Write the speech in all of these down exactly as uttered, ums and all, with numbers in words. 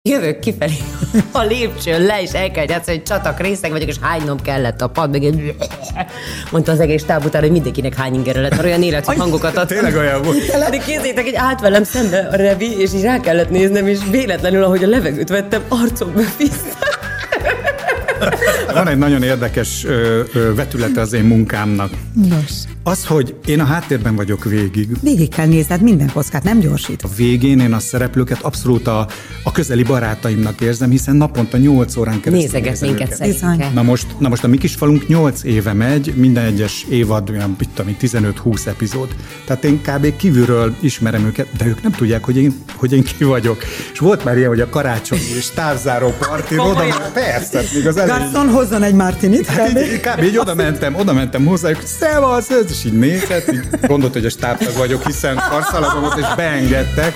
Jövök kifelé a lépcsőn le, és el kell játszani, hogy csatak részeg vagyok, és hánynom kellett a pad, meg egy... mondta az egész táb után, hogy mindenkinek hány ingere lett, mert olyan életű hangokat adtam. Tényleg olyan volt. De képzeljétek, hogy állt velem szembe a Revi, és így rá kellett néznem, és véletlenül, ahogy a levegőt vettem, arcomba fisztem. Van egy nagyon érdekes ö, ö, vetülete az én munkámnak. Nos. Az, hogy én a háttérben vagyok végig. Végig kell nézned minden kockát, nem gyorsít. A végén én a szereplőket abszolút a, a közeli barátaimnak érzem, hiszen naponta nyolc órán keresztül nézeget minket szerintem. Na most, na most a mi kis falunk nyolc éve megy, minden egyes évad olyan, mit tudom, tizenöt-húsz epizód. Tehát én kb. Kívülről ismerem őket, de ők nem tudják, hogy én, hogy én ki vagyok. És volt már ilyen, hogy a karácsonyi és távzáró partin oda, persze, még az elején. Garçon, hozzon egy martinit. Hát így, kb. Így oda mentem, oda mentem hozzájuk, hogy szevasz, és így nézett, így gondolt, hogy a stábtag vagyok, hiszen karszalagom volt, és beengedtek.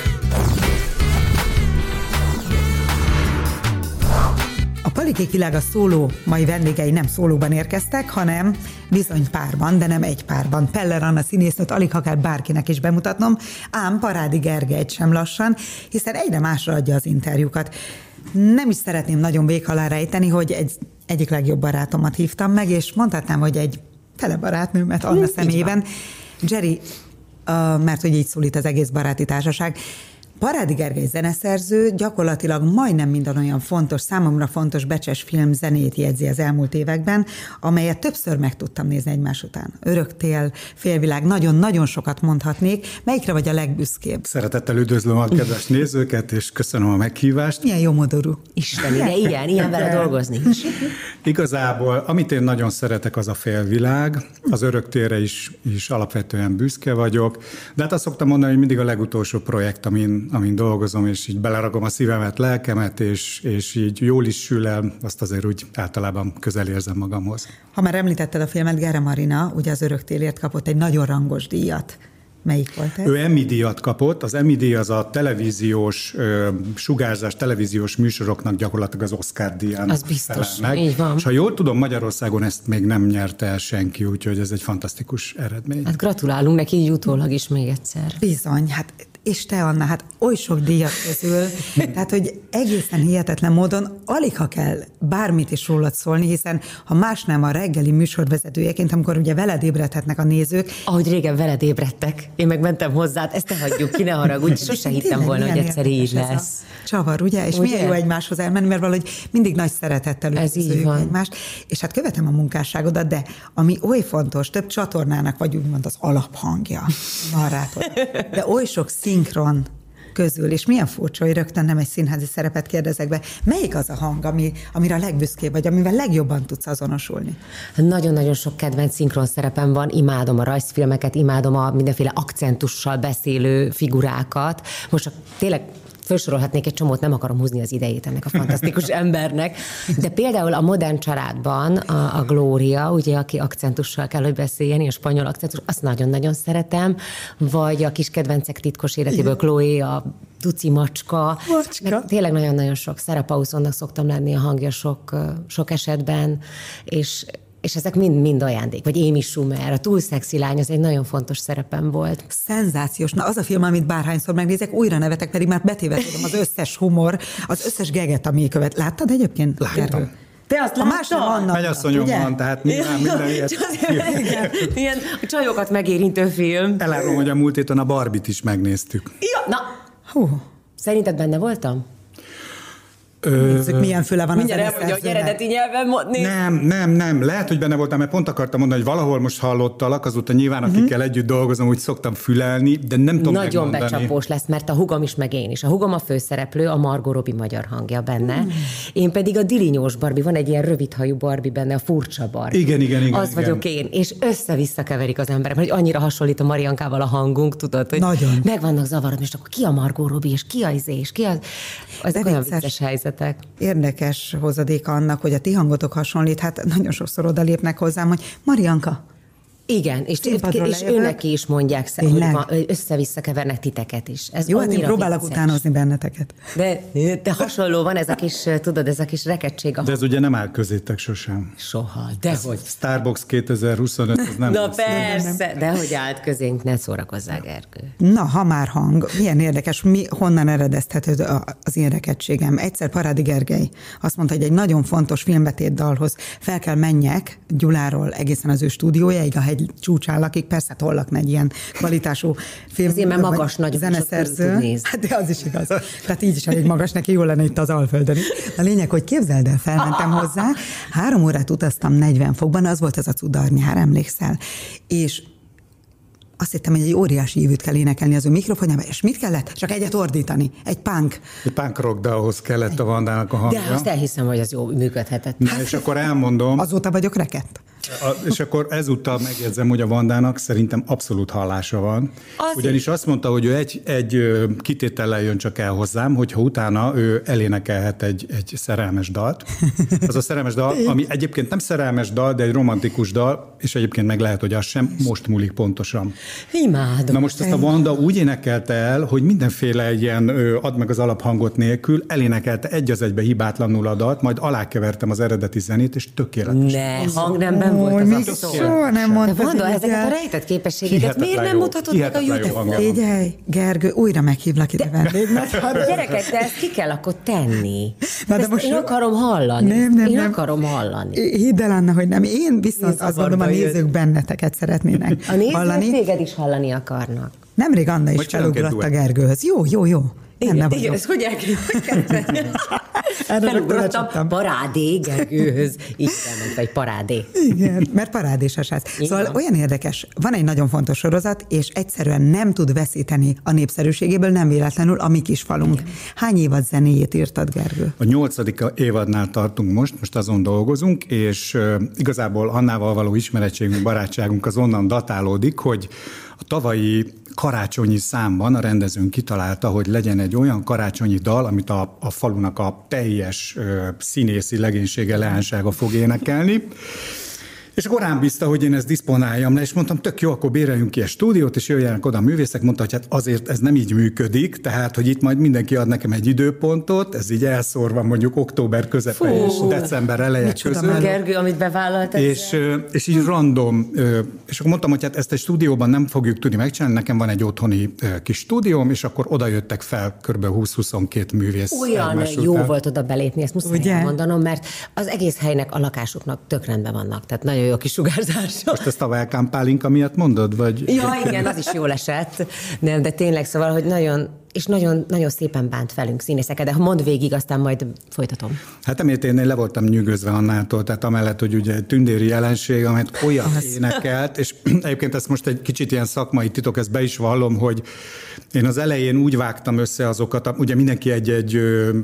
A Palikék világa szóló mai vendégei nem szólóban érkeztek, hanem bizony párban, de nem egy párban. Peller Anna színésznőt alig ha kell bárkinek is bemutatnom, ám Parádi Gergelyt sem lassan, hiszen egyre másra adja az interjúkat. Nem is szeretném nagyon vék alá rejteni, hogy egy, egyik legjobb barátomat hívtam meg, és mondhatnám, hogy egy fele barátnőmet Anna személyében. Jerry, uh, mert hogy így szólít az egész baráti társaság. Parádi Gergely zeneszerző gyakorlatilag majdnem minden olyan fontos, számomra fontos becses film zenét jegyzi az elmúlt években, amelyet többször meg tudtam nézni egymás után. Öröktél, Félvilág, nagyon-nagyon sokat mondhatnék. Melyikre vagy a legbüszkébb? Szeretettel üdvözlöm a kedves nézőket, és köszönöm a meghívást. Milyen jó modorú. Isteni, de ilyen, ilyen vele dolgozni is. Igazából, amit én nagyon szeretek, az a Félvilág. Az Öröktélre is, is alapvetően büszke vagyok. De hát azt szoktam mondani, hogy mindig a legutolsó projekt, amin amin dolgozom, és így beleragom a szívemet, lelkemet, és, és így jól is sül el, azt azért úgy általában közel érzem magamhoz. Ha már említetted a filmet, Gera Marina, ugye az Öröktélért kapott egy nagyon rangos díjat. Melyik volt ez? Ő Emmy díjat kapott. Az Emmy díj az a televíziós ö, sugárzás, televíziós műsoroknak gyakorlatilag az Oscar díjának az biztos, meg. Így van. És ha jól tudom, Magyarországon ezt még nem nyerte el senki, úgyhogy ez egy fantasztikus eredmény. Hát gratulálunk neki így utólag is még egyszer. Bizony, hát és te, Anna, hát oly sok díjat közül, tehát, hogy egészen hihetetlen módon alig ha kell bármit is rólad szólni, hiszen ha más nem a reggeli műsorvezetőjeként, amikor ugye veled ébredhetnek a nézők. Ahogy régen veled ébredtek, én meg mentem hozzád, ezt ne hagyjuk ki, ne haragudj, sose hittem volna, hogy egyszer így lesz. Csavar, ugye? És ugye? Milyen jó egymáshoz elmenni, mert valahogy mindig nagy szeretettel üdvözöljük egymást. És hát követem a munkásságodat, de ami oly fontos, több csatornának vagy úgymond az alaphangja, narrátor, de oly sok szinkron közül, és milyen furcsa, hogy rögtön nem egy színházi szerepet kérdezek be. Melyik az a hang, ami, amire a legbüszkébb vagy, amivel legjobban tudsz azonosulni? Nagyon-nagyon sok kedvenc szinkron szerepem van, imádom a rajzfilmeket, imádom a mindenféle akcentussal beszélő figurákat. Most tényleg felsorolhatnék egy csomót, nem akarom húzni az idejét ennek a fantasztikus embernek, de például a Modern Családban a, a Glória, ugye, aki akcentussal kell, hogy beszéljen, a spanyol akcentus, azt nagyon-nagyon szeretem, vagy a Kis kedvencek titkos életéből Chloe, a Tuci macska. macska. Tényleg nagyon-nagyon sok. Sarah Paulsonnak szoktam lenni a hangja sok, sok esetben, és és ezek mind-mind ajándék. Vagy Amy Schumer, a Túl szexi lány, az egy nagyon fontos szerepem volt. Szenzációs. Na, az a film, amit bárhányszor megnézek, újra nevetek, pedig már betéve tudom az összes humor, az összes geget, ami követ. Láttad egyébként? Láttam. Te azt láttad? Mennyasszonyom van, tehát nyilván minden ilyet. Ilyen csajokat megérintő film. Elárulom, hogy a múlt héten a Barbie-t is megnéztük. Ja, na, hú. Szerinted benne voltam? Nézzük, milyen füle van. Mindjárt elmondja, hogy eredeti nyelven mondni. Nem, nem, nem. Lehet, hogy benne voltam, mert pont akartam mondani, hogy valahol most hallottalak, azóta nyilván, akikkel uh-huh. együtt dolgozom, úgy szoktam fülelni, de nem tudom nagyon megmondani. becsapós lesz, mert a hugom is, meg én is. A hugom a főszereplő, a Margot Robbie magyar hangja benne. Uh-huh. Én pedig a dilinyós Barbie, van egy ilyen rövidhajú Barbie benne, a furcsa Barbie. Igen, igen, igen. Az igen. vagyok én, és össze-vissza keverik az emberek, hogy annyira hasonlít a Mariankával a hangunk, tudod, hogy nagyon. Meg vannak zavarodni, és akkor ki a Margot Robbie, és ki a izé, és ki az... Ezek olyan vicces helyzetek. Érdekes hozadéka annak, hogy a ti hangotok hasonlít, hát nagyon sokszor odalépnek hozzám, hogy Marianka, Igen, és, és őnek is mondják, hogy össze-vissza kevernek titeket is. Ez jó, hát én próbálok vicces. Utánozni benneteket. De, de hasonló van ez a kis, tudod, ez a kis rekettség. De ez ugye nem áll közétek sosem. Soha, dehogy. Starbucks kétezer-huszonöt, ez nem Na lesz. persze, dehogy állt közénk, ne szórakozzál, Gergő. Na, ha már hang, milyen érdekes, mi, honnan eredezthető az én rekedtségem. Egyszer Parádi Gergely azt mondta, hogy egy nagyon fontos filmbetét dalhoz fel kell menjek Gyuláról egészen az ő stúdiójáig, a hegy csúcsán lakik, persze hát hol lakna egy ilyen kvalitású film. Azért, mert magas, nagy zeneszerző. Hát de az is igaz. Tehát így is elég magas neki, jól lenne itt az Alföldön. A lényeg, hogy képzeld el, felmentem hozzá, három órát utaztam negyven fokban, az volt ez a cudar nyár, emlékszel. És azt hittem, hogy egy óriási ívűt kell énekelni az ő mikrofonjába, és mit kellett? Csak egyet ordítani. Egy punk. Egy punk rock, de ahhoz kellett a Vandának a hangja. De azt elhiszem, hogy az jó működhetett. Na, és akkor elmondom. Azóta vagyok rekett. A, és akkor ezúttal megjegyzem, hogy a Vandának szerintem abszolút hallása van. Azért. Ugyanis azt mondta, hogy ő egy, egy kitétellel jön csak el hozzám, hogyha utána ő elénekelhet egy, egy szerelmes dalt. Az a szerelmes dal, ami egyébként nem szerelmes dal, de egy romantikus dal, és egyébként meg lehet, hogy az sem most múlik pontosan. Imádom. Na most ezt a Vanda úgy énekelte el, hogy mindenféle ilyen add meg az alaphangot nélkül elénekelte egy az egybe hibátlanul a dalt, majd alákevertem az eredeti zenét, és tökéletes. Ne, hangnemben volt az még a szó. Soha nem mondtad. De Vanda, ezeket a rejtett képességeket miért nem mutatod meg a YouTube-on? Figyelj, Gergő, újra meghívlak ide vendégnek. Gyerekek, de ezt ki kell akkor tenni. Na, de ezt most én akarom hallani. Nem, nem, én nem. akarom hallani. Hidd el, Anna, hogy nem. Én viszont azt gondolom, a nézők benneteket szeretnének a nézők hallani. téged is hallani akarnak. Nemrég Anna is felugrott a Gergőhöz. Jó, jó, jó. Igen, igen, ez hogy elkezdeni? Felugrottam parádé Gergőhöz. Így elment, vagy parádé. Igen, mert parádés a srác. Szóval olyan érdekes, van egy nagyon fontos sorozat, és egyszerűen nem tud veszíteni a népszerűségéből, nem véletlenül a mi kis falunk. Igen. Hány évad zenéjét írtad, Gergő? A nyolcadik évadnál tartunk most, most azon dolgozunk, és uh, igazából Annával való ismerettségünk, barátságunk az onnan datálódik, hogy a tavalyi karácsonyi számban a rendezőnk kitalálta, hogy legyen egy olyan karácsonyi dal, amit a, a falunak a teljes ö, színészi legénysége, leánysága fog énekelni. És akkor rám bízta, hogy én ezt diszponáljam le, és mondtam, tök jó, akkor béreljünk ki egy stúdiót, és jöjjenek oda a művészek. Mondta, hogy hát azért ez nem így működik, tehát, hogy itt majd mindenki ad nekem egy időpontot, ez így elszórva mondjuk október közepe és december eleje között. Gergő, amit bevállalt és, és így random, és akkor mondtam, hogy hát ezt egy stúdióban nem fogjuk tudni megcsinálni, nekem van egy otthoni kis stúdióm, és akkor oda jöttek fel kb. húsz-huszonkettő művész. Olyan jó után. Volt oda belépni, ezt muszáj Ugye? mondanom, mert az egész helynek a lakásoknak tök rendben vannak, tehát nagyon jó kis sugárzása. Most ezt a Welcome pálinka miatt mondod? Vagy? Ja, igen, az is jól esett. Nem, de tényleg, szóval, hogy nagyon, és nagyon, nagyon szépen bánt velünk színészeket, de ha mondd végig, aztán majd folytatom. Hát amiért én le voltam nyűgözve Annától, tehát amellett, hogy ugye tündéri jelenség, amelyet olyan énekelt, és egyébként ezt most egy kicsit ilyen szakmai titok, ezt be is vallom, hogy én az elején úgy vágtam össze azokat, ugye mindenki egy-egy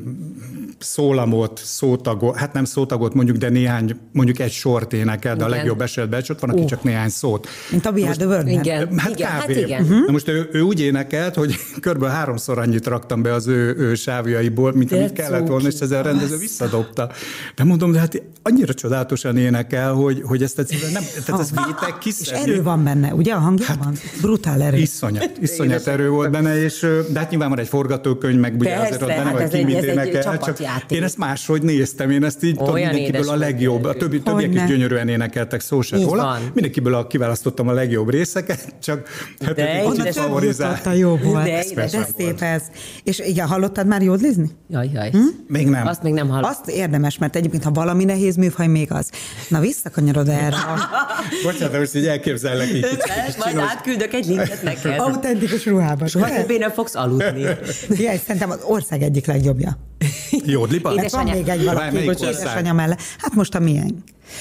szólamot, szótagot, hát nem szótagot mondjuk, de néhány, mondjuk egy sort énekel, de igen. A legjobb esetben ott van, aki uh. csak néhány szót. Mint a Bia de Vörner. Igen, hát igen, hát igen. Uh-huh. Na most ő, ő úgy énekelt, hogy kb. háromszor annyit raktam be az ő, ő sávjaiból, mint de amit kellett volna, és ezzel a rendező visszadobta. De mondom, de hát annyira csodálatosan énekel, hogy, hogy ezt egyszerűen nem, tehát ez vétek kiszedni. És erő van benne, ugye a hangjában? Hát, brutál erő. Iszonyat, iszonyat erő volt benne, és de hát nyilván van egy forgatókönyv, meg ugye persze, azért ott benne hát vagy ki, mit énekel, csak én ezt máshogy néztem, én ezt így tudom, mindenkiből a legjobb, a többi, többiek is gyönyörűen énekeltek, szó se róla. Mindenkiből a, kiválasztottam a legjobb részeket, csak hát de oda favorizálta jó volt. De, de, de szép ez. És igen, hallottad már jódlizni? Jaj, jaj. Hm? Még nem. Azt még nem hallottam. Azt érdemes, mert egyébként, ha valami nehéz műfaj, még az. Na, visszakanyarod erre. Bocsánat, most így elképzellek így. Majd átküldök egy linket neked. Autentikus ruhában. Soha többé nem fogsz aludni. Jaj, szerintem az ország egyik legjobbja. Jódlipa? Van még egy valaki, édesanyja mellett. Hát most a miénk.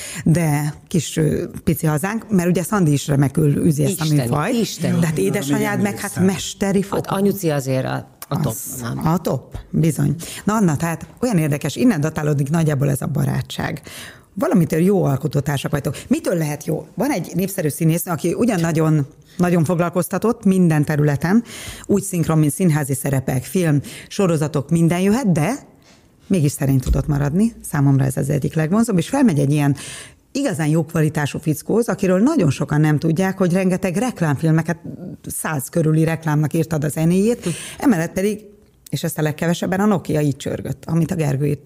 De kis pici hazánk, mert ugye Szandi is remekül üzi ezt a műfajt. De hát édesanyád meg hát mesteri fog. Hát anyuci azért a A top. Az, a top, bizony. Na Anna, tehát olyan érdekes, innen datálódik nagyjából ez a barátság. Valamitől jó alkotótársak vagytok. Mitől lehet jó? Van egy népszerű színésznő, aki ugyan nagyon, nagyon foglalkoztatott minden területen, úgy szinkron, mint színházi szerepek, film, sorozatok, minden jöhet, de mégis szerény tudott maradni. Számomra ez az egyik legvonzóbb, és felmegy egy ilyen igazán jó kvalitású fickóz, akiről nagyon sokan nem tudják, hogy rengeteg reklámfilmeket, száz körüli reklámnak írtad a zenéjét, emellett pedig, és ezt a legkevesebben a Nokia így csörgött, amit a Gergő írt.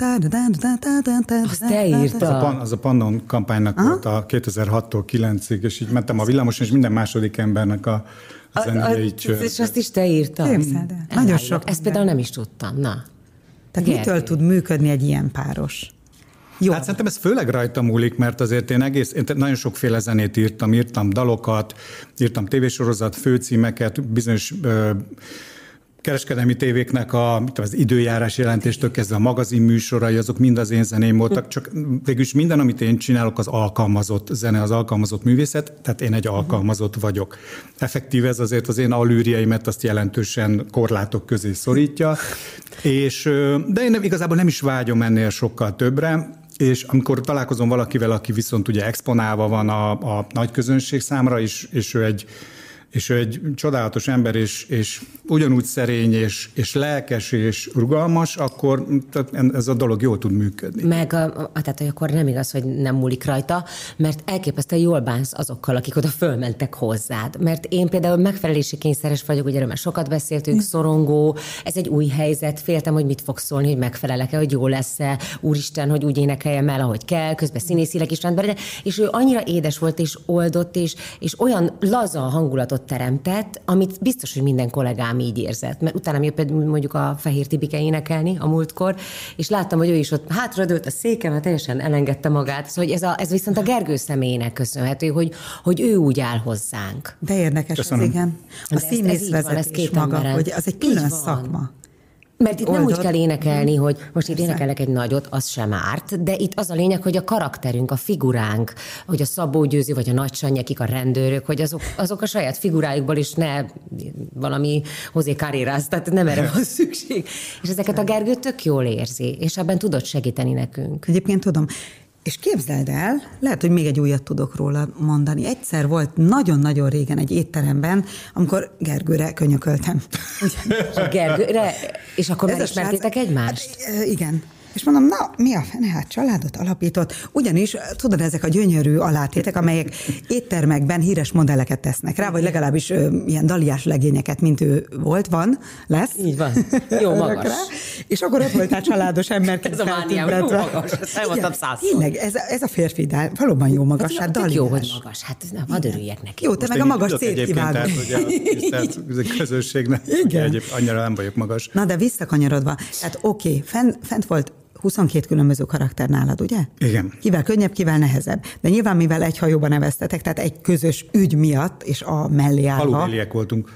Azt te írta. Az a Pannon kampánynak volt a kétezer-hattól kilencig, és így mentem a villamoson, és minden második embernek a, a zenéje így csörgött. És azt is te írtad. Képzeld el. Nagyon sok. Ezt például nem is tudtam. Na. Tehát Gergő. Mitől tud működni egy ilyen páros? Jó. Hát szerintem ez főleg rajta múlik, mert azért én egész, én nagyon sokféle zenét írtam, írtam dalokat, írtam tévésorozat, főcímeket, bizonyos ö, kereskedelmi tévéknek a, az időjárás jelentéstől kezdve a magazin műsorai, azok mind az én zeném voltak, csak végülis minden, amit én csinálok, az alkalmazott zene, az alkalmazott művészet, tehát én egy alkalmazott vagyok. Effektív ez azért az én allűrieimet azt jelentősen korlátok közé szorítja, és, de én nem, igazából nem is vágyom ennél sokkal többre, és amikor találkozom valakivel, aki viszont ugye exponálva van a, a nagy közönség számára, és, és ő egy és ő egy csodálatos ember, és, és ugyanúgy szerény, és, és lelkes, és rugalmas, akkor ez a dolog jól tud működni. Meg, a, a, tehát hogy akkor nem igaz, hogy nem múlik rajta, mert elképesztően jól bánsz azokkal, akik oda fölmentek hozzád. Mert én például megfelelési kényszeres vagyok, ugye erről sokat beszéltünk, szorongó, ez egy új helyzet, féltem, hogy mit fog szólni, hogy megfelelek-e, hogy jó lesz-e, úristen, hogy úgy énekeljem el, ahogy kell, közben színészileg is rendben, és ő annyira édes volt, és oldott, és, és olyan laza hangulatot teremtett, amit biztos, hogy minden kollégám így érzett. Mert utána mi például mondjuk a Fehér Tibike énekelni a múltkor, és láttam, hogy ő is ott hátradőlt a széken, teljesen elengedte magát. Szóval ez, a, ez viszont a Gergő személyének köszönhető, hogy, hogy ő úgy áll hozzánk. De érdekes ez, igen. A színészvezetés maga, emberen. Hogy az egy külön szakma. Mert itt Oldod. Nem úgy kell énekelni, hogy most itt énekelek egy nagyot, az sem árt, de itt az a lényeg, hogy a karakterünk, a figuránk, hogy a Szabó Győzi vagy a Nagy Sanyi, akik a rendőrök, hogy azok, azok a saját figurájukból is ne valami hozé karriráz, tehát nem erre van szükség. És ezeket a Gergő tök jól érzi, és ebben tudod segíteni nekünk. Egyébként tudom. És képzeld el, lehet, hogy még egy újat tudok róla mondani. Egyszer volt nagyon-nagyon régen egy étteremben, amikor Gergőre könyököltem. És Gergőre? És akkor megismertétek egymást? Hát, igen. És mondom, na, mi a fene, hát családot alapított. Ugyanis, tudod, ezek a gyönyörű alátétek, amelyek éttermekben híres modelleket tesznek rá, vagy legalábbis ö, ilyen daliás legényeket, mint ő volt, van, lesz. Így van. Jó magas. Rá. És akkor ott voltál családos ember. Ez a mániám, jó magas. Ezt elmondtam százszor. Tényleg, ez, ez a férfi, de valóban jó magas. Hát, hát jó, hogy magas. Hát hadd örüljek neki. Jó, te meg a magas célt kívánod. Tehát a közönségnek annyira nem vagyok magas. Na, de visszakanyarodva. Tehát oké, okay, fent, fent volt huszonkét különböző karakter nálad, ugye? Igen. Kivel könnyebb, kivel nehezebb. De nyilván, mivel egy hajóban neveztetek, tehát egy közös ügy miatt, és a mellé állva. Falubeliek voltunk.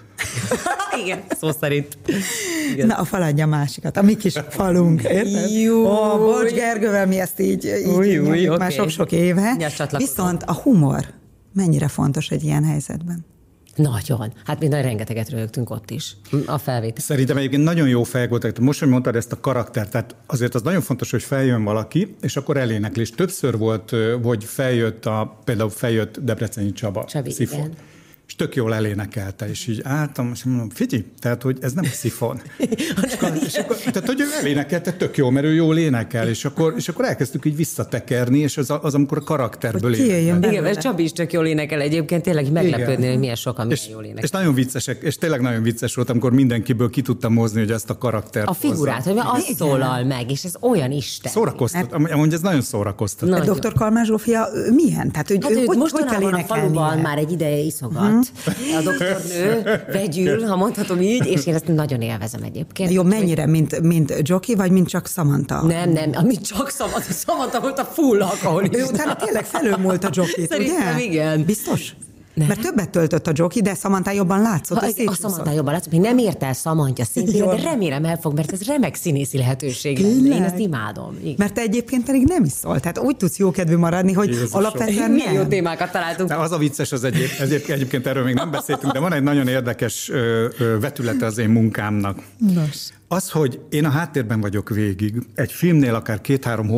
Igen, szó szerint. Igen. Na, a faladja a másikat, a mi kis falunk, érted? Jó. Ó, bocs, Gergővel mi ezt így, így új, új, már sok-sok éve. Viszont a humor mennyire fontos egy ilyen helyzetben? Nagyon. Hát mi rengeteget röhögtünk ott is, a felvétel. Szerintem egyébként nagyon jó fejek voltak. Most, hogy mondtad ezt a karaktert, tehát azért az nagyon fontos, hogy feljön valaki, és akkor elénekli. És többször volt, hogy feljött, a, például feljött Debreceni Csaba. Csabi, Szifon. igen. És tök jól elénekelte, és így álltam, és mondom, figyelj, tehát, hogy ez nem szifon. és akkor, és akkor, tehát, hogy ő elénekelte tök jó, mert ő jól énekel, és akkor, és akkor elkezdtük így visszatekerni, és az, az amikor a karakterből énekel. Igen, mert Csabi is tök jól énekel egyébként, tényleg meglepődni, hogy milyen sokan milyen és, jól énekel. És nagyon viccesek, és tényleg nagyon vicces volt, amikor mindenkiből ki tudtam mozni, hogy ezt a karaktert a figurát, hozzá. Hogy az szólal meg, és ez olyan isten. Szórakoztat, amúgy ez nagyon szórakoztat. A doktor Kalmár Zsófia milyen? Tehát, hogy hát, ő, hogy, mostanában hogy kell a faluban már egy ideje iszogat. A doktornő vegyül, ha mondhatom így, és én ezt nagyon élvezem egyébként. Jó, mennyire? Mint, mint Jockey, vagy mint csak Samantha? Nem, nem, mint csak Samantha. Samantha volt a full alkoholista. Ő utána tényleg felülmúlt a Jockeyt, ugye? Szerintem igen. Biztos? Nem. Mert többet töltött a Jockey, de Samantha jobban látszott. Ha, a Samantha jobban látszott, még nem ért el Samantha szintén, de remélem el fog, mert ez remek színészi lehetőség. Én ezt imádom. Igen. Mert te egyébként pedig nem is szól. Tehát úgy tudsz jókedvű maradni, hogy Jézus alapvetően milyen jó témákat találtunk. De az a vicces, az egyéb, egyébként, egyébként erről még nem beszéltünk, de van egy nagyon érdekes ö, ö, vetülete az én munkámnak. Nos. Az, hogy én a háttérben vagyok végig, egy filmnél akár két-három hónap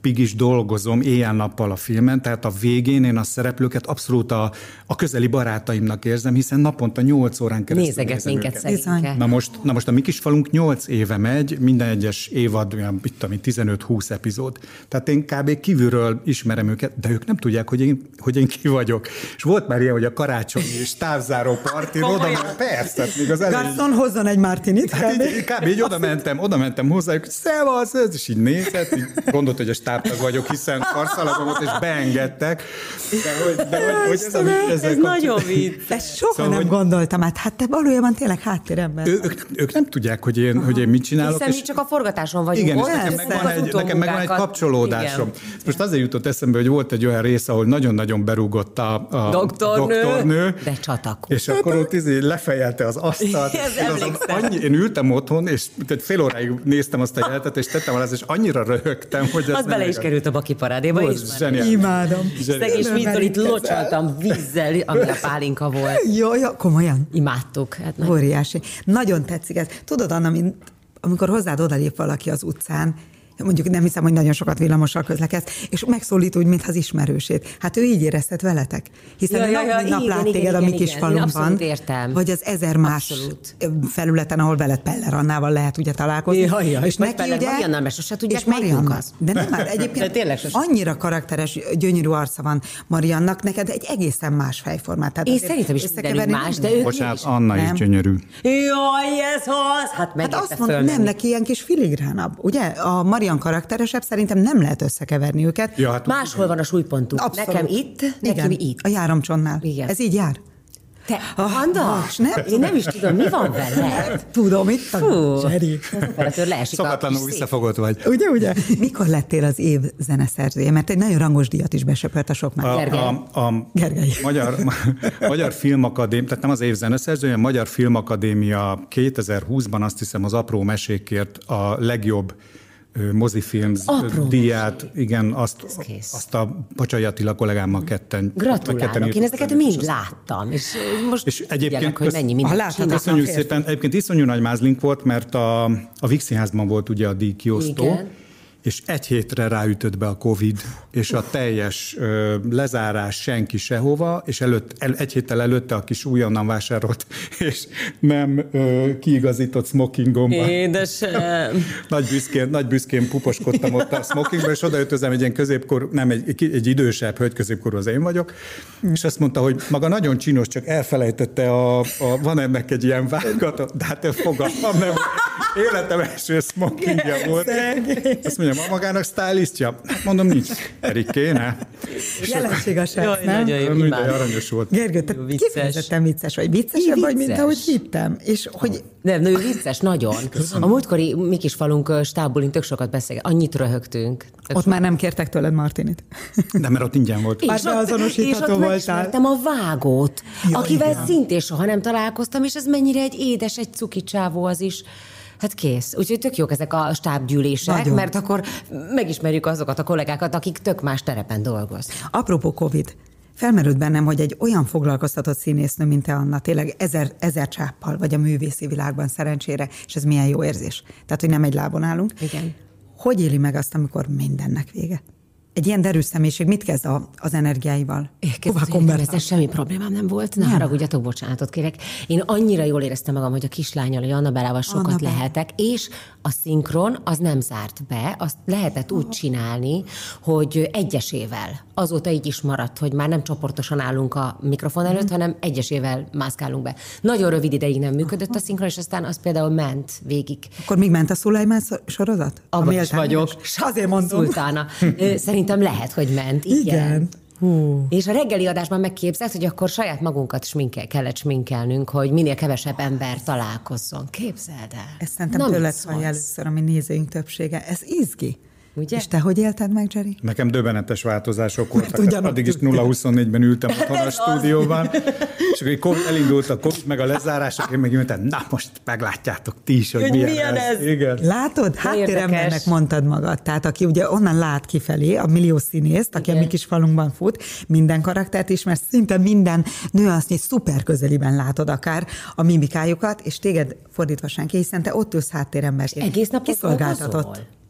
napig is dolgozom éjjel-nappal a filmen, tehát a végén én a szereplőket abszolút a, a közeli barátaimnak érzem, hiszen naponta nyolc órán keresztül nézeget minket szerintem. Na most, na most a mi kis falunk nyolc éve megy, minden egyes évad, olyan, mit tudom, tizenöt-húsz epizód. Tehát én kb. Kívülről ismerem őket, de ők nem tudják, hogy én, hogy én ki vagyok. És volt már ilyen, hogy a karácsonyi és távzáró partin, oda már persze, még az elején. Garçon, hozzon egy martinit. Hát így, kb. így oda mentem, oda mentem hozzájuk, hogy szevasz, ez is így nézett, így gondolt, hogy a stábtag vagyok, hiszen karszalagom volt, és beengedtek. De hogy, de hogy, hogy ez, a, ez, ez nagyon vicc. Ezt soha Szóval, nem hogy- gondoltam, hát, hát te valójában tényleg háttérember. Ő, ők, ők nem tudják, hogy én, hogy én mit csinálok. Hiszen mi csak a forgatáson vagyunk. Igen, és ott, nekem persze. megvan, az egy, nekem megvan egy utómunkákat. kapcsolódásom. Igen. Most azért jutott eszembe, hogy volt egy olyan rész, ahol nagyon-nagyon berúgott a, a Doktornő, doktornő, de csatakó. és akkor ott izé lefejelte az asztalt. Ez és az- emlékszem. annyi, én ültem otthon, és tehát fél óráig néztem azt a jelenetet, és tettem alá, és annyira röhögtem, hogy ez Az nem bele is igaz. került a Baki parádéba Volt is. zseniális. Imádom. Szegény Nem Mitől itt merítkezel. locsaltam vízzel, ami a pálinka volt. Jó, jó, komolyan. Imádtuk. Hát nagy- Óriási. Nagyon tetszik ez. Tudod, Anna, mint amikor hozzád odalép valaki az utcán, mondjuk nem hiszem, hogy nagyon sokat villamossal közlekedsz, és megszólít úgy, mintha az ismerősét. Hát ő így éreztet veletek. Hiszen Ja, ő ja, nap, ja, mint nap igen, lát igen, téged a igen, mi kis igen. Én falunkban. abszolút értem. Vagy az ezer más Abszolút. felületen, ahol veled Peller Annával lehet ugye találkozni. Ja, ja, és neki Peller Mariannal, mert sose tudják, és melyikünk Marianna. az. De nem már De egyébként tényleg sose. annyira karakteres, gyönyörű arca van Mariannak, neked egy egészen más fejformát. Tehát Én azért szerintem is mindenünk összekeverni más, nem de ők Bocsánat, is. Anna is Nem. gyönyörű. Jaj, ez az! Hát Hát megérte azt mondom, nem, fölmenni. neki ilyen kis filigránabb. Ugye? A Marian karakteresebb, szerintem nem lehet összekeverni őket. Ja, hát Máshol van a súlypontunk. Abszolút. Nekem itt, Igen, nekem itt. a járomcsontnál. Igen. Ez így jár? Te, Ah, Anda, most nem? én nem is tudom, mi van veled. Tudom, itt a Fú, Zseri. az operatőr leesik a Szokatlanul kis szék. visszafogott vagy. Ugye, ugye? Mikor lettél az év zeneszerzője? Mert egy nagyon rangos díjat is besöpört a sok már. A, Gergely. a, a Gergely. Magyar, Magyar Filmakadémia, tehát nem az év zeneszerzője, a Magyar Filmakadémia kétezer-húszban azt hiszem az Apró mesékért a legjobb ö, mozifilm Apró díját, igen, azt, kész. azt a Pacsai Attila kollégámmal ketten. Gratulálok, ketten én írtuk ezeket össze, és mind azt- láttam, és most És egyébként tudják, hogy kösz- mennyi Ha mindent láthatod, csinál. Köszönjük Értem. szépen. Egyébként iszonyú nagy mázlink volt, mert a, a Víg Színházban volt ugye a díjkiosztó, Igen. és egy hétre ráütött be a Covid, és a teljes ö, lezárás senki sehova, és előtt, el, egy héttel előtte a kis újonnan vásárolt, és nem ö, kiigazított smokingomban. Édesem. Nagy büszkén, nagy büszkén puposkodtam ott a smokingban, és odaütözem egy ilyen középkor, nem, egy, egy idősebb hölgy, középkorú az én vagyok, és azt mondta, hogy maga nagyon csinos, csak elfelejtette a, a van ennek egy ilyen vágata, de hát ez fogalmam nem, életem első smokingja volt. Azt mondja, ma magának stylistja? Hát mondom, nincs. Pedig kéne. Jelenség a srác, Jaj, nem? nagyon jó, Mindegy, imádom. aranyos volt. Gergő, te Jó, vicces. kifejezetten vicces vagy. Viccesebb Én vagy, mint vicces. ahogy hittem. És hogy Nem, nő vicces, nagyon. A múltkori mi kis falunk stábbulin tök sokat beszél, annyit röhögtünk. ott már nem kértek tőled Martinit. De mert ott ingyen volt. Már És ott, beazonosítható és ott voltál. megismertem a vágót, Ja, akivel igen. szintén soha nem találkoztam, és ez mennyire egy édes, egy cuki csávó az is. Hát kész. Úgyhogy tök jók ezek a stábgyűlések, Nagyon. mert akkor megismerjük azokat a kollégákat, akik tök más terepen dolgoznak. Apropó Covid, felmerült bennem, hogy egy olyan foglalkoztatott színésznő, mint te, Anna, tényleg ezer, ezer csáppal vagy a művészi világban szerencsére, és ez milyen jó érzés. Tehát, hogy nem egy lábon állunk. Igen. Hogy éli meg azt, amikor mindennek vége? Egy ilyen derűs személyiség mit kezd a, az energiáival? Hová konvertál? Ez semmi problémám nem volt. Ne haragudjatok, bocsánatot kérek. Én annyira jól éreztem magam, hogy a kislányal, a Anna Bellával sokat Annabella. lehetek, és a szinkron az nem zárt be, azt lehetett úgy csinálni, hogy egyesével. Azóta így is maradt, hogy már nem csoportosan állunk a mikrofon előtt, hanem egyesével mászkálunk be. Nagyon rövid ideig nem működött a szinkron, és aztán az például ment végig. Akkor még ment a Szulajmán sorozat? Abban A is méltányos? vagyok. Azért mondom. Szultána. Ö, Szerintem lehet, hogy ment. Igen. Igen. Hú. És a reggeli adásban megképzelt, hogy akkor saját magunkat sminkel, kellett sminkelnünk, hogy minél kevesebb ember találkozzon. Képzeld el. Ezt szerintem Na, tőled mit hallja szólsz? először, ami nézőink többsége. Ez izgi. Ugye? És te hogy élted meg, Jerry? Nekem döbbenetes változások voltak. ugyanúgy Addig is tudtam. nulla huszonnégyben ültem otthon a stúdióban, és akkor COVID, elindult a Covid, meg a lezárások, én meg ültem, na most meglátjátok ti is, hogy, Hogy milyen, milyen ez. Igen. Látod? Háttérembernek érdekes. mondtad magad. Tehát aki ugye onnan lát kifelé, a millió színészt, aki Igen. a mi kis falunkban fut, minden karaktert ismer, szinte minden nüansznyi szuper közeliben látod akár a mimikájukat, és téged fordítva senki, hiszen te ott ülsz háttéremberként. Egész nap ott kiszolgáltatott. dolgozol?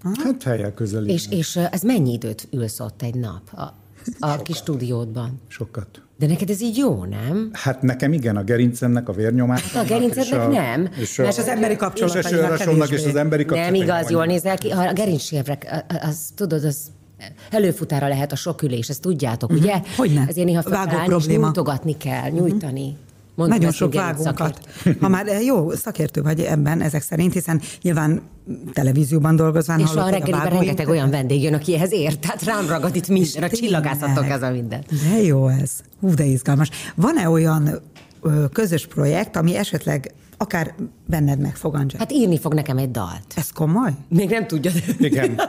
Hát helyel közelében. És, és ez mennyi időt ülsz ott egy nap a, a kis stúdiódban? Sokat. De neked ez így jó, nem? Hát nekem igen, a gerincemnek, a vérnyomásnak. Hát a gerincednek nem. És, Mert az emberi kapcsolatainak és az emberi Nem igaz, jól nézel ki. A gerincsérvek, az tudod, az előfutára lehet a sok ülés, ezt tudjátok, uh-huh. ugye? Hogyne. Ezért néha felállni, és nyújtogatni kell, nyújtani. Uh-huh. Mondom, nagyon sok vágunkat. Ha már jó szakértő vagy ebben ezek szerint, hiszen nyilván televízióban dolgozván és a reggeliben rengeteg olyan vendég jön, aki ehhez ért, tehát rám ragad itt minden, a csillagászatok ez a minden. De jó ez. Hú, de izgalmas. Van-e olyan ö, közös projekt, ami esetleg akár benned megfog, Angela? Hát írni fog nekem egy dalt. Ez komoly? Még nem tudja. Igen.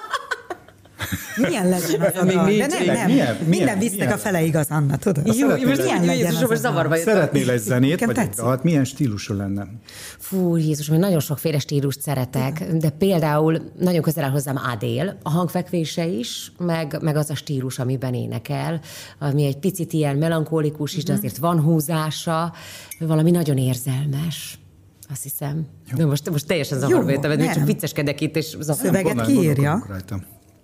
Milyen legyen az a Még dal? nincs. De nem, Milyen, nem. milyen, Minden visznek milyen? a fele igaz, Anna, tudod? Jó, most milyen így, legyen Jézus, az most a dal? zavarba jöttem. Szeretnél egy zenét, Nekem vagy egy tetszik. dalt? Milyen stílusú lenne? Fú, Jézus, én nagyon sokféle stílust szeretek, de például nagyon közel áll hozzám Adél, a hangfekvése is, meg, meg az a stílus, amiben énekel, ami egy picit ilyen melankólikus is, de azért van húzása, valami nagyon érzelmes. Azt hiszem. De most, most teljesen zavarba jöttem, nem. még csak vicceskedek itt, és zavarba. Szöveget Gondolom, kiírja? gondolkodunk rajta.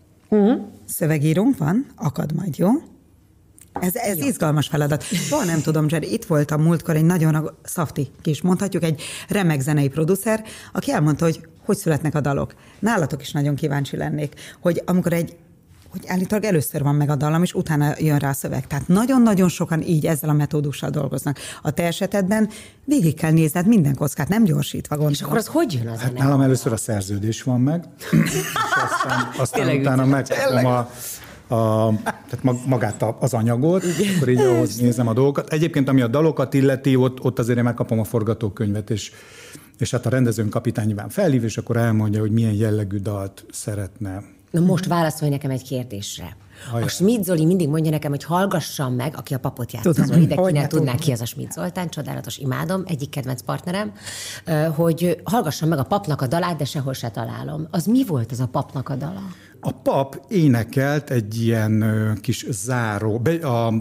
Szövegírónk van, akad majd, jó? Ez, ez izgalmas feladat. Soha nem tudom, Jerry, itt volt a múltkor egy nagyon szafti kis, mondhatjuk, egy remek zenei producer, aki elmondta, hogy hogy születnek a dalok. Nálatok is nagyon kíváncsi lennék, hogy amikor egy hogy állítólag először van meg a dallam, és utána jön rá a szöveg. Tehát nagyon-nagyon sokan így ezzel a metódussal dolgoznak. A te esetedben végig kell nézned minden kockát, nem gyorsítva gondolom. És akkor az hogy jön az Hát zene? nálam először a szerződés van meg, és aztán, aztán Tényleg utána vicces. megkapom a, a, tehát mag- magát a- az anyagot, igen. Akkor így ahhoz nézem a dolgokat. Egyébként, ami a dalokat illeti, ott, ott azért én megkapom a forgatókönyvet, és, és hát a rendezőn kapitány nyilván felhív, és akkor elmondja, hogy milyen jellegű dalt szeretne. Na most válaszolj nekem egy kérdésre. Ajaj. A Schmidt Zoli mindig mondja nekem, hogy hallgassam meg, aki a papot játsza. Tudom, Zoli, de ki hogy ne ne tudná, tudom. ki az a Schmidt Zoltán, csodálatos, imádom, egyik kedvenc partnerem, hogy hallgassam meg a papnak a dalát, de sehol se találom. Az mi volt az a papnak a dala? A pap énekelt egy ilyen ö, kis záró, be, a,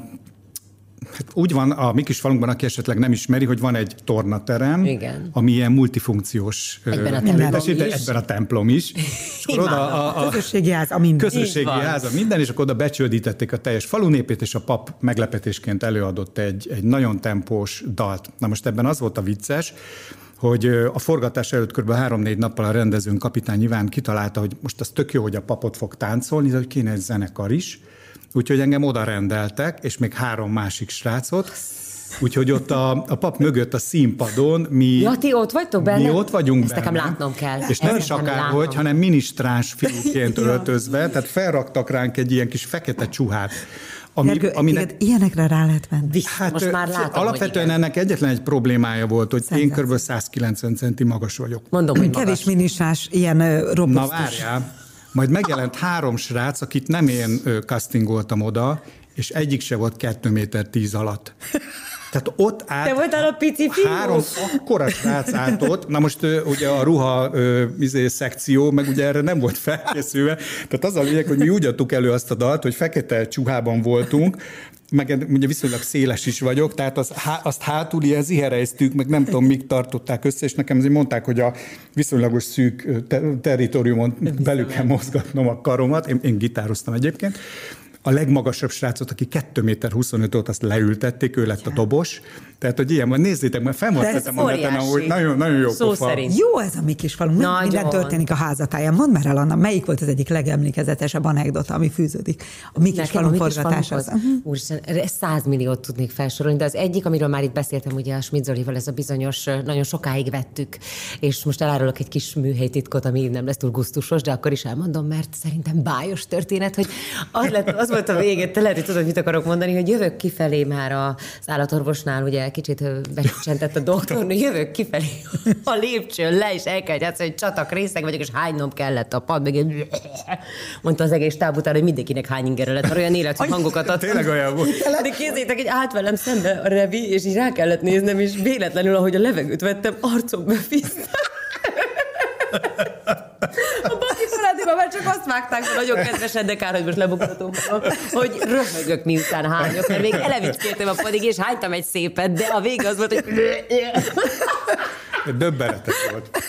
hát úgy van a mi kis falunkban, aki esetleg nem ismeri, hogy van egy tornaterem, Igen. ami ilyen multifunkciós ö, Egyben a templom létesít, is. egyben a templom is. És akkor oda a, a Közösségi ház, a minden. közösségi Így van. ház, a minden, és akkor oda becsődítették a teljes falunépét, és a pap meglepetésként előadott egy, egy nagyon tempós dalt. Na most ebben az volt a vicces, hogy a forgatás előtt kb. három-négy nappal a rendezőn kapitány Iván kitalálta, hogy most az tök jó, hogy a papot fog táncolni, de hogy kéne egy zenekar is. Úgyhogy engem oda rendeltek, és még három másik srácot. Úgyhogy ott a, a pap mögött a színpadon mi... Ja, ti ott vagytok benne? Mi ott vagyunk Ezt benne. nekem látnom kell. És Ezt nem is nekem akárhogy, látnom. hanem minisztráns fiúként öltözve, tehát felraktak ránk egy ilyen kis fekete csuhát. Ami, Gergő, aminek, téged ilyenekre rá lehet venni. hát, Most már látom, alapvetően hogy igen. ennek egyetlen egy problémája volt, hogy én Szenzáció. kb. száz kilencven centi magas vagyok. Mondom, hogy magas. Kevés minisás, ilyen ö, Na robusztus. várjál, majd megjelent három srác, akit nem én ö, castingoltam oda, és egyik se volt kettő méter tíz alatt. Tehát ott állt... Te voltál a pici fiú? Három akkora srác állt ott. Na most ö, ugye a ruha ö, izé, szekció, meg ugye erre nem volt felkészülve. Tehát az a lényeg, hogy mi úgy adtuk elő azt a dalt, hogy fekete csuhában voltunk, meg ugye viszonylag széles is vagyok, tehát az, há, azt hátul ilyen zihereztük, meg nem tudom, mik tartották össze, és nekem azért mondták, hogy a viszonylagos szűk ter- territóriumon belül kell mozgatnom a karomat. Én, én gitároztam egyébként. A legmagasabb srácot, aki kettő méter huszonöt volt, azt leültették, ő lett a dobos. Tehát, hogy ilyen, majd nézzétek, mert fennmartettem a neten, óriási. ahogy nagyon, nagyon jó Szó pofa. szerint. Jó ez a mi kis falunk. Nagyon. Minden történik a házatáján. Mondd már el, Anna, melyik volt az egyik legemlékezetesebb anekdota, ami fűződik a mi kis Nekem falunk a mi kis forgatáshoz? falunkhoz. Úristen, száz milliót tudnék felsorolni, de az egyik, amiről már itt beszéltem, ugye a Schmidt Zolival, ez a bizonyos, nagyon sokáig vettük, és most elárulok egy kis műhelytitkot, ami nem lesz túl gusztusos, de akkor is elmondom, mert szerintem bájos történet, hogy az, lett, az volt a vége, te lehet, hogy tudod, mit akarok mondani, hogy jövök kifelé már az állatorvosnál, ugye kicsit becsentett a doktornő, jövök kifelé a lépcsőn le, és el kell játszani, hogy csatak részeg vagyok, és hánynom kellett a pad, meg egy... mondta az egész táb után, hogy mindenkinek hány ingere lett, mert olyan életű hangokat adtam. Tényleg olyan volt. De képzeljétek, hogy állt velem szembe a Revi, és így rá kellett néznem, és véletlenül, ahogy a levegőt vettem, arcomba fisztem. A Baki Parádéban már csak azt vágták, hogy nagyon kedvesen, de kár, hogy most lebuktatom magam, hogy röhögök miután hányok, mert még elevickéltem a padig, és hánytam egy szépet, de a vége az volt, hogy... Döbbenetes volt.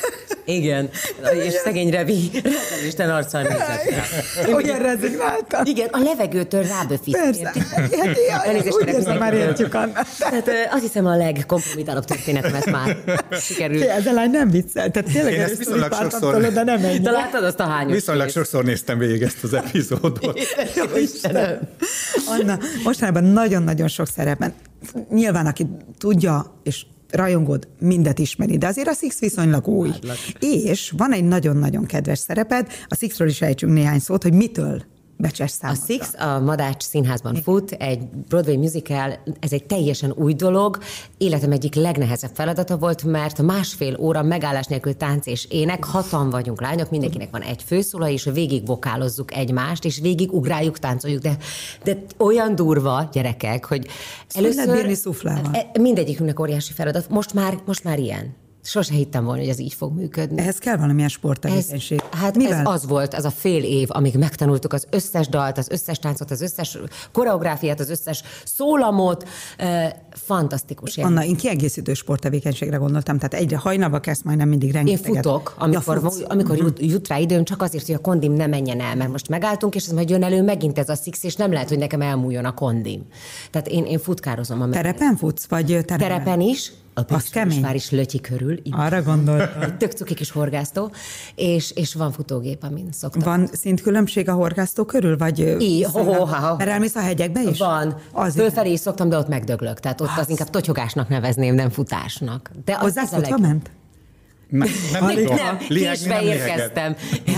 Igen, és szegény Revi Isten arccal nézett rá. Olyan rezignáltam. Igen, a levegőtől ráböfít. Persze. Elnézést, úgy érzem, már értjük annak. Tehát azt hiszem a legkompromitálóbb történetemet már sikerült. Ez a lány nem viccel. Tehát tényleg Én ezt viszonylag sokszor, tőle, de nem ennyi. De láttad azt a hányos Viszonylag kész. Sokszor néztem végig ezt az epizódot. Istenem. Anna, mostanában nagyon-nagyon sok szerepben. Nyilván, aki tudja, és rajongod, mindet ismeri, de azért a Six viszonylag új. Hádlak. És van egy nagyon-nagyon kedves szereped, a Sixről is ejtsünk néhány szót, hogy mitől becses számodra. A Six a Madács Színházban fut, egy Broadway musical, ez egy teljesen új dolog, életem egyik legnehezebb feladata volt, mert másfél óra megállás nélkül tánc és ének, hatan vagyunk lányok, mindenkinek van egy főszóla, és végig vokálozzuk egymást, és végig ugráljuk, táncoljuk, de, de olyan durva, gyerekek, hogy először mindegyikünknek óriási feladat, most már, most már ilyen. Sose hittem volna, hogy ez így fog működni. Ehhez kell valamilyen sporttevékenység. Hát Mivel? Ez az volt, az a fél év, amíg megtanultuk az összes dalt, az összes táncot, az összes koreográfiát, az összes szólamot. E, fantasztikus. Anna, én kiegészítő sporttevékenységre gondoltam, tehát egyre hajnalba kezd, majdnem mindig rengeteget. Én futok, amikor, ja, amikor jut, jut rá időm, csak azért, hogy a kondim ne menjen el, mert most megálltunk, és ez majd jön elő megint ez a Six, és nem lehet, hogy nekem elmúljon a kondim. Tehát én, én futkározom. Terepen futsz, vagy teremben? Terepen is. A az kemény. Már is Lötyi körül. Így, arra gondoltam. Tök cuki kis horgásztó, és, és van futógép, amin szoktam. Van szintkülönbség a horgásztó körül, vagy... Így, ho, ho, ho. Mert elmész a hegyekbe is? Van. Fölfelé is szoktam, de ott megdöglök. Tehát ott az, az inkább totyogásnak nevezném, nem futásnak. De hozzá futva ment? Nem, nem, nem, nem késve érkeztem.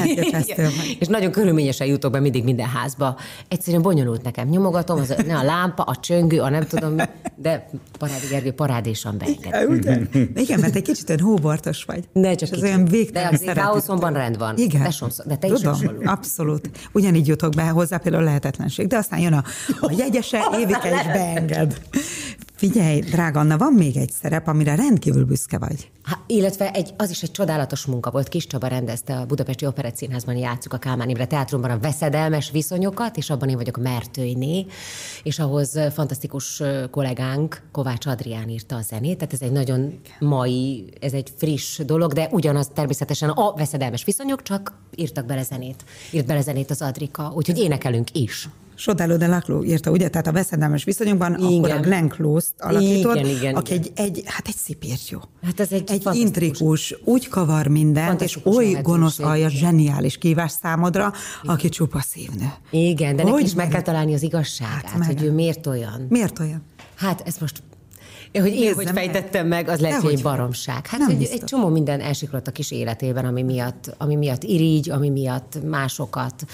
És nagyon körülményesen jutok be mindig minden házba. Egyszerűen bonyolult nekem. Nyomogatom, az, ne a lámpa, a csöngő, a nem tudom, de Parádi Gergő parádésan beenged. Igen, mert egy kicsit olyan hóbortos vagy. Ne csak olyan végtelen de az káoszomban rend van. Igen. De, somszor, de te Tudom, is hasonló. Abszolút. Ugyanígy jutok be hozzá például lehetetlenség, de aztán jön a, a jegyese, Évike is beenged. Figyelj, drága Anna, van még egy szerep, amire rendkívül büszke vagy. Há, illetve egy, az is egy csodálatos munka volt. Kis Csaba rendezte a Budapesti Operettszínházban, játsszuk a Kálmán Imre Teátrumban a veszedelmes viszonyokat, és abban én vagyok Mertőiné, és ahhoz fantasztikus kollégánk Kovács Adrián írta a zenét, tehát ez egy nagyon mai, ez egy friss dolog, de ugyanaz természetesen a veszedelmes viszonyok, csak írtak bele zenét. Írt bele zenét az Adrika, úgyhogy énekelünk is. Sodáló de Laclos írta, ugye? Tehát a veszedelmes viszonyokban igen. Akkor a Glenn Close-t alakított, igen, igen, aki igen. Egy, egy, hát egy szipírtyú. Hát ez egy, egy intrikus, úgy kavar mindent, és oly gonosz alja, zseniális kívás számodra, igen. Aki csupa szívnő. Igen, de hogy neki is meg kell találni az igazságát, hát, hogy ő miért olyan. Miért olyan? Hát ez most... Hogy én Nézzem hogy fejtettem meg, az lehet, hogy egy baromság. Hát egy, egy csomó minden elsiklott a kis életében, ami miatt, ami miatt irigy, ami miatt másokat,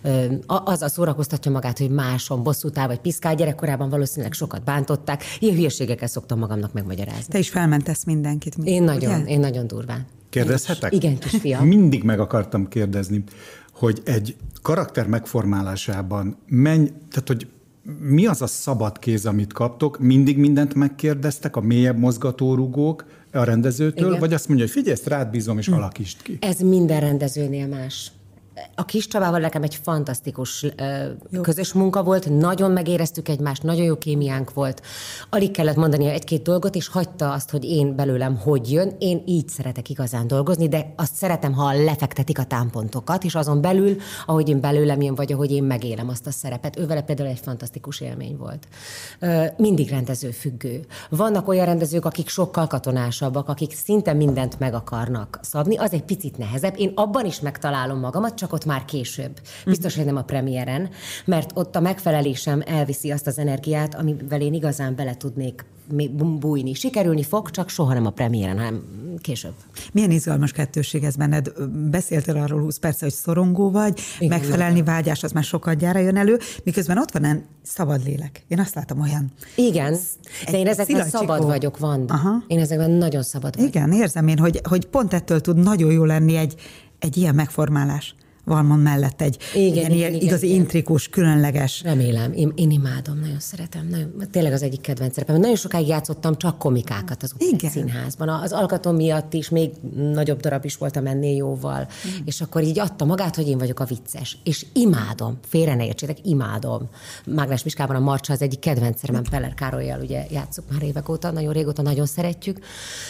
az a szórakoztatja magát, hogy máson bosszút áll, vagy piszkál. Gyerekkorában valószínűleg sokat bántották. Ilyen hülyeségekkel szoktam magamnak megmagyarázni. Te is felmentesz mindenkit. Én nagyon, ugye? én nagyon durván. Kérdezhetek? Igen, kisfiam. Mindig meg akartam kérdezni, hogy egy karakter megformálásában menj, tehát hogy mi az a szabad kéz, amit kaptok? Mindig mindent megkérdeztek, a mélyebb mozgatórugók a rendezőtől, igen. Vagy azt mondja, hogy figyelj, ezt rád bízom, és hm. alakítsd ki? Ez minden rendezőnél más. A Kis Csabával nekem egy fantasztikus uh, közös munka volt, nagyon megéreztük egymást, nagyon jó kémiánk volt. Alig kellett mondania egy-két dolgot, és hagyta azt, hogy én belőlem hogy jön. Én így szeretek igazán dolgozni, de azt szeretem, ha lefektetik a támpontokat, és azon belül, ahogy én belőlem jön, vagy ahogy én megélem azt a szerepet. Ővele például egy fantasztikus élmény volt. Uh, mindig rendező függő. Vannak olyan rendezők, akik sokkal katonásabbak, akik szinte mindent meg akarnak szabni, az egy picit nehezebb. Én abban is megtalálom magamat, csak ott már később. Biztos, hogy nem a premiéren, mert ott a megfelelésem elviszi azt az energiát, amivel én igazán bele tudnék bújni. Sikerülni fog, csak soha nem a premiéren, hanem később. Milyen izgalmas kettősség ez benned? Beszéltél arról húsz perc, hogy szorongó vagy, igen, megfelelni vágyás, az már sokat gyára jön elő, miközben ott van egy szabad lélek. Én azt látom olyan. Igen, de én ezekben szabad vagyok, Vanda. Aha. Én ezekben nagyon szabad vagyok. Igen, érzem én, hogy, hogy pont ettől tud nagyon jó lenni egy, egy ilyen megformálás. Valmon mellett egy igen, igen, igazi igen. intrikus, különleges. Remélem. Én, én imádom, nagyon szeretem. Nagyon, tényleg az egyik kedvenc szerepem. Nagyon sokáig játszottam csak komikákat az színházban. Az alkatom miatt is még nagyobb darab is voltam ennél jóval. Mm. És akkor így adta magát, hogy én vagyok a vicces. És imádom, félre ne értsétek, imádom. Mágnás Miskában a Marcsa az egyik kedvenc szerepem, Peller Károlyjal ugye játszuk már évek óta, nagyon régóta, nagyon szeretjük.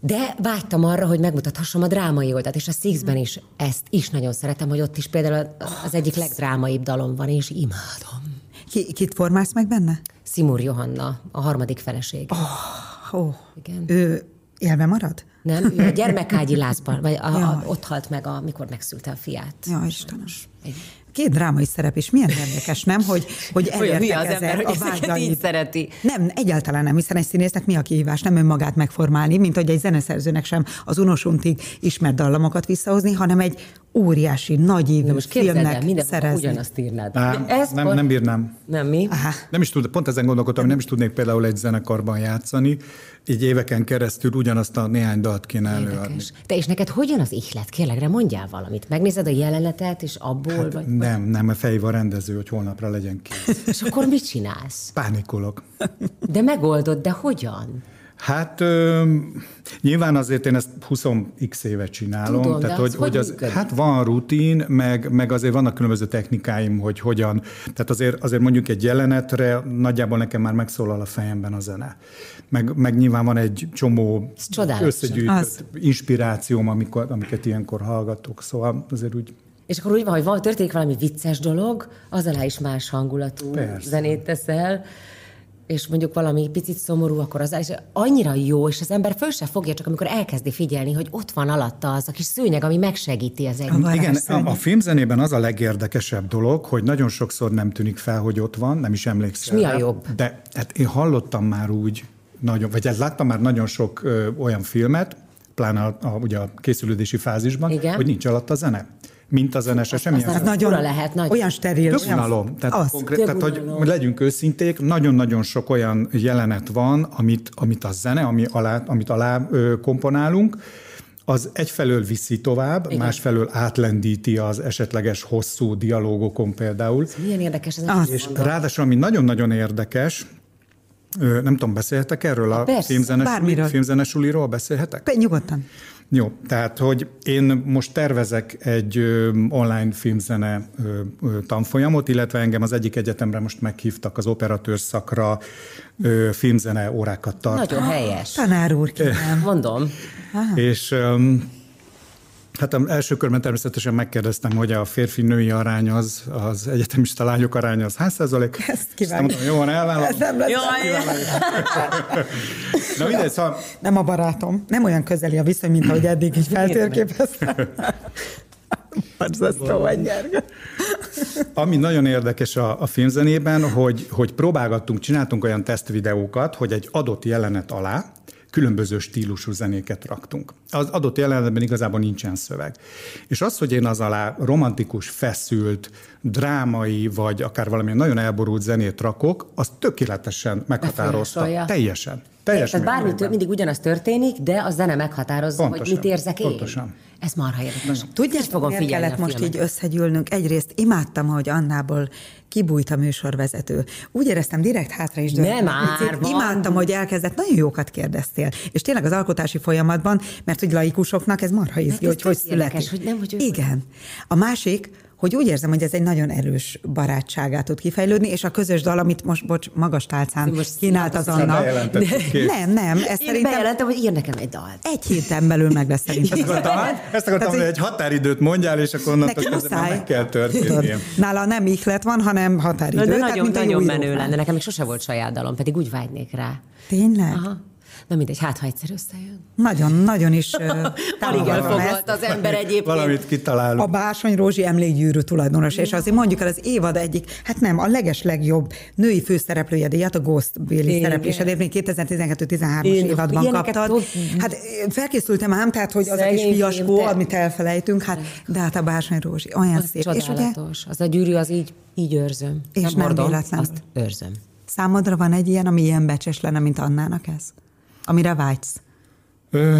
De vágytam arra, hogy megmutathassam a drámai oldalt, és a Sixben is ezt is nagyon szeretem, hogy ott is például az egyik legdrámaibb dalom van, és imádom. Ki, kit formálsz meg benne? Szimur Johanna, a harmadik feleség. Oh, oh. Igen. Ő élve marad? Nem, ő a gyermekágyi lázban, vagy a, a, ott halt meg, amikor megszülte a fiát. Ja, Istenem. Két drámai szerep is, milyen érdekes, nem? Hogy, hogy elértek az ember, ezek hogy a ezeket így szereti. Nem, egyáltalán nem, hiszen egy színésznek mi a kihívás? Nem önmagát megformálni, mint hogy egy zeneszerzőnek sem az unosuntig ismert dallamokat visszahozni, hanem egy óriási, nagyívű filmnek szerezni. Ugyanazt írnád. Nem, nem, nem bírnám. Nem mi? Aha. Nem is tud, pont ezen gondolkodtam, hogy nem is tudnék például egy zenekarban játszani, így éveken keresztül ugyanazt a néhány dalt kéne előadni. Te és neked hogyan az ihlet? Kérlek, mondjál valamit. Megnézed a jelenetet, és abból Hát vagy? nem, nem, a fejével rendező, hogy holnapra legyen kész. És akkor mit csinálsz? Pánikolok. De megoldod, de hogyan? Hát ö, nyilván azért én ezt húsz x éve csinálom. Tudom, tehát, de hogy, az hogy az, hogy hát van rutin, meg, meg azért vannak különböző technikáim, hogy hogyan. Tehát azért, azért mondjuk egy jelenetre nagyjából nekem már megszólal a fejemben a zene. Meg, meg nyilván van egy csomó összegyűjtött az. inspirációm, amikor, amiket ilyenkor hallgatok. Szóval azért úgy... És akkor úgy van, hogy van, történik valami vicces dolog, az alá is más hangulatú Persze. zenét teszel, és mondjuk valami picit szomorú, akkor az és annyira jó, és az ember föl se fogja, csak amikor elkezdi figyelni, hogy ott van alatta az a kis szőnyeg, ami megsegíti az egész. Igen, a, a filmzenében az a legérdekesebb dolog, hogy nagyon sokszor nem tűnik fel, hogy ott van, nem is emlékszel. És mi a jobb? De hát én hallottam már úgy, nagyon, vagy hát láttam már nagyon sok ö, olyan filmet, pláne a, a, ugye a készülődési fázisban, Igen. hogy nincs alatt a zene. Mint a zene se, semmilyen. Az nagyon lehet, nagy. Olyan steril. Tök unalom. Tehát, konkrét, tehát hogy, hogy legyünk őszinték, nagyon-nagyon sok olyan jelenet van, amit, amit a zene, ami alá, amit alá ö, komponálunk, az egyfelől viszi tovább, Igen. másfelől átlendíti az esetleges hosszú dialógokon például. Ez milyen érdekes ez az. És ráadásul, ami nagyon-nagyon érdekes, nem tudom, beszélhetek erről a, a filmzenesuliról? Beszélhetek? Be, nyugodtan. Jó, tehát, hogy én most tervezek egy ö, online filmzene ö, ö, tanfolyamot, illetve engem az egyik egyetemre most meghívtak az operatőr szakra ö, filmzene órákat tartani. Nagyon helyes. Tanár úr, kíván. Mondom. Aha. És... Ö, Hát az első körben természetesen megkérdeztem, hogy a férfi-női arány az, az egyetemista lányok aránya az hány százalék? Ezt kívánom. Aztán mondom, jó, van, elvállalom. Ez nem lesz. Na mindegy, szóval... Nem a barátom. Nem olyan közeli a viszony, mint ahogy eddig így feltérképeztem. Borzasztó vagy, Gergő. Ami nagyon érdekes a, a filmzenében, hogy, hogy próbálgattunk, csináltunk olyan tesztvideókat, hogy egy adott jelenet alá különböző stílusú zenéket raktunk. Az adott jelenetben igazából nincsen szöveg. És az, hogy én az alá romantikus, feszült, drámai, vagy akár valamilyen nagyon elborult zenét rakok, az tökéletesen meghatározta. Teljesen. Teljesen. Tehát bármi mindig ugyanaz történik, de a zene meghatározza, pontosan, hogy mit érzek én. Pontosan. Ez marha érdekes. Tudjátok, miért kellett most így összegyűlnünk? Egyrészt imádtam, hogy Annából kibújt a műsorvezető. Úgy éreztem, direkt hátra is dőlt. Nem már van. Imádtam, hogy elkezdett, nagyon jókat kérdeztél. És tényleg az alkotási folyamatban, mert hogy laikusoknak ez marha izgi, hogy hogy születik. Hogy nem, hogy Igen. A másik, hogy úgy érzem, hogy ez egy nagyon erős barátságát tud kifejlődni, és a közös dal, amit most, bocs, magas tálcán kínált az Anna. Nem, nem. Ezt Én szerintem... bejelentem, hogy ír nekem egy dalt. Egy héten belül meg lesz szerintem. Ezt akartam, ezt akartam hogy egy határidőt mondjál, és akkor onnantól kezdve meg kell történnie. Nála nem ihlet van, hanem határidő. De nagyon, tehát, nagyon menő lenne. Nekem még sose volt saját dalom, pedig úgy vágynék rá. Tényleg? Aha. Na mindegy, hát ha egyszer összejön. Nagyon, nagyon is alig elfoglalt az ember egyébként. Valamit kitalálunk. A Bársony Rózsi emlékgyűrű tulajdonos, és azért mondjuk el az évad egyik, hát nem, a leges legjobb női főszereplője díjat, a Ghost Béli szereplésedért még kétezer-tizenkettő tizenhárom évadban kaptad. Tud... Hát felkészültem ám, tehát hogy az a kis fiaskó, te... amit elfelejtünk, hát, de hát a Bársony Rózsi olyan az szép. Csodálatos. És ugye... Az a gyűrű az így, így őrzöm. És nem, nem hordom, véletlenül. Azt őrzöm. Számodra van egy ilyen, ami ilyen becses lenne, mint Annának ez? Amire vágysz? Ö,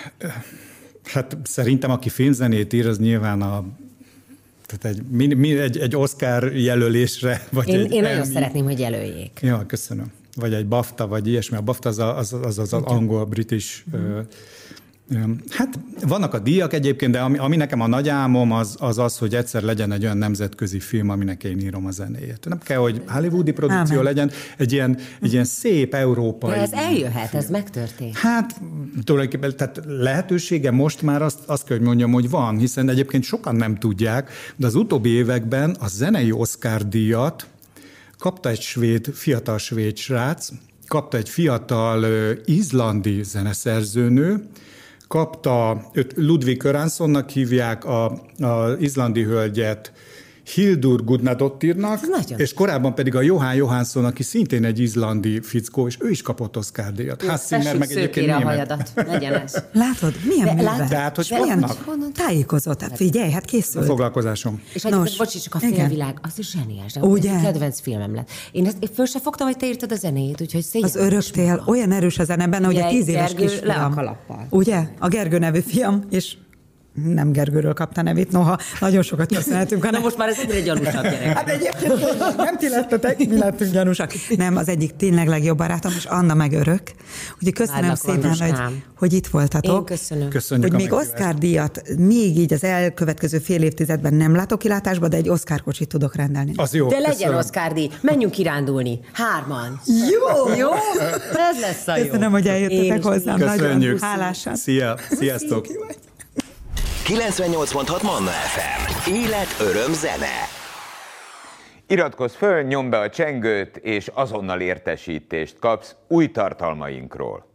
hát szerintem, aki filmzenét ír, az nyilván a, tehát egy, mi, mi, egy, egy Oscar jelölésre, vagy Én, egy én nagyon Emmy. szeretném, hogy jelöljék. Ja, köszönöm. Vagy egy BAFTA, vagy ilyesmi. A BAFTA az az, az, az, az angol-british mm. Hát vannak a díjak egyébként, de ami, ami nekem a nagy álmom, az, az az, hogy egyszer legyen egy olyan nemzetközi film, aminek én írom a zenéjét. Nem kell, hogy hollywoodi produkció Ámen. legyen, egy ilyen, egy ilyen szép európai... De ez eljöhet, film. Ez megtörtént. Hát tulajdonképpen tehát lehetősége most már azt, azt kell, hogy mondjam, hogy van, hiszen egyébként sokan nem tudják, de az utóbbi években a zenei Oscar-díjat kapta egy svéd, fiatal svéd srác, kapta egy fiatal uh, izlandi zeneszerzőnő, kapta, őt Ludvig Göranssonnak hívják, a, a izlandi hölgyet Hildur Gudnadottirnak, és korábban pedig a Johan Johansson, aki szintén egy izlandi fickó, és ő is kapott Oscar-díjat. Hasszimmer meg egyébként német. A hajadat, legyen ez. Látod, milyen de, művel? De hát, hogy milyen tájékozott. Figyelj, hát készült. A foglalkozásom. És egyébként, bocsi, csak a félvilág, az is zseniás. Ugye? Kedvenc filmem lett. Én ezt én föl se fogtam, hogy te írtad a zenét, úgyhogy szépen. Az öröktél, olyan erős a zene benne, hogy a tíz éves kisfiam. Le a kalappal. Ugye? A Gergő nevű fiam, és nem Gergőről kapta nevét, noha nagyon sokat köszönhetünk. Na most már ez egyre gyanúsabb gyerek. Hát egyébként nem ti lettetek, mi lettünk gyanúsak. Nem, az egyik tényleg legjobb barátom, és Anna meg örök. Úgyhogy köszönöm Várlak, szépen, hogy, hogy itt voltatok. Én köszönöm. Köszönjük hogy még Oscar-díjat még így az elkövetkező fél évtizedben nem látok kilátásba, de egy Oscar kocsit tudok rendelni. Az jó. De legyen köszönöm. Oscar-díj. Menjünk kirándulni. Hárman. Jó! Jó? Ez lesz a jó. Köszönöm, hogy eljöttetek hozzám. Köszönjük. Nagyon hálásan. Szia. Sziasztok. kilencvennyolc pont hat Manna ef em. Élet, öröm, zene. Iratkozz föl, nyomd be a csengőt, és azonnal értesítést kapsz új tartalmainkról.